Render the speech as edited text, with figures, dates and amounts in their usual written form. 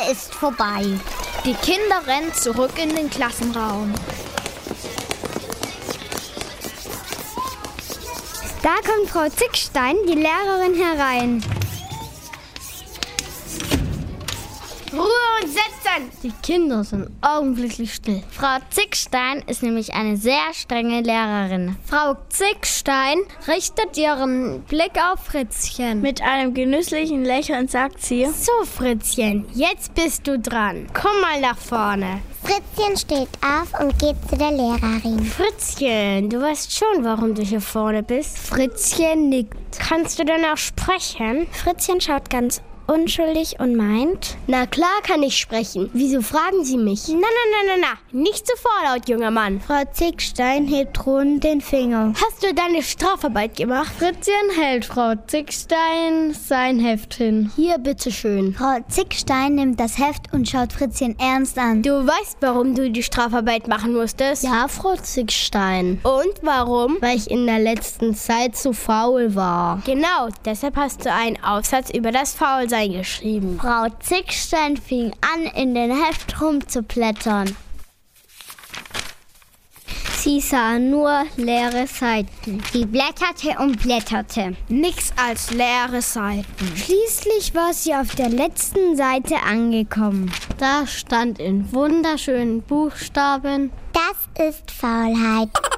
ist vorbei. Die Kinder rennen zurück in den Klassenraum. Da kommt Frau Zickstein, die Lehrerin, herein. Ruhe und setzen! Die Kinder sind augenblicklich still. Frau Zickstein ist nämlich eine sehr strenge Lehrerin. Frau Zickstein richtet ihren Blick auf Fritzchen. Mit einem genüsslichen Lächeln sagt sie: So, Fritzchen, jetzt bist du dran. Komm mal nach vorne. Fritzchen steht auf und geht zu der Lehrerin. Fritzchen, du weißt schon, warum du hier vorne bist. Fritzchen nickt. Kannst du denn auch sprechen? Fritzchen schaut ganz unschuldig und meint: Na klar kann ich sprechen. Wieso fragen Sie mich? Na. Nicht so vorlaut, junger Mann. Frau Zickstein hebt drohend den Finger. Hast du deine Strafarbeit gemacht? Fritzchen hält Frau Zickstein sein Heft hin. Hier, bitteschön. Frau Zickstein nimmt das Heft und schaut Fritzchen ernst an. Du weißt, warum du die Strafarbeit machen musstest? Ja, Frau Zickstein. Und warum? Weil ich in der letzten Zeit zu faul war. Genau, deshalb hast du einen Aufsatz über das Faulsein geschrieben. Frau Zickstein fing an, in den Heft rumzublättern. Sie sah nur leere Seiten. Sie blätterte und blätterte. Nix als leere Seiten. Schließlich war sie auf der letzten Seite angekommen. Da stand in wunderschönen Buchstaben: Das ist Faulheit.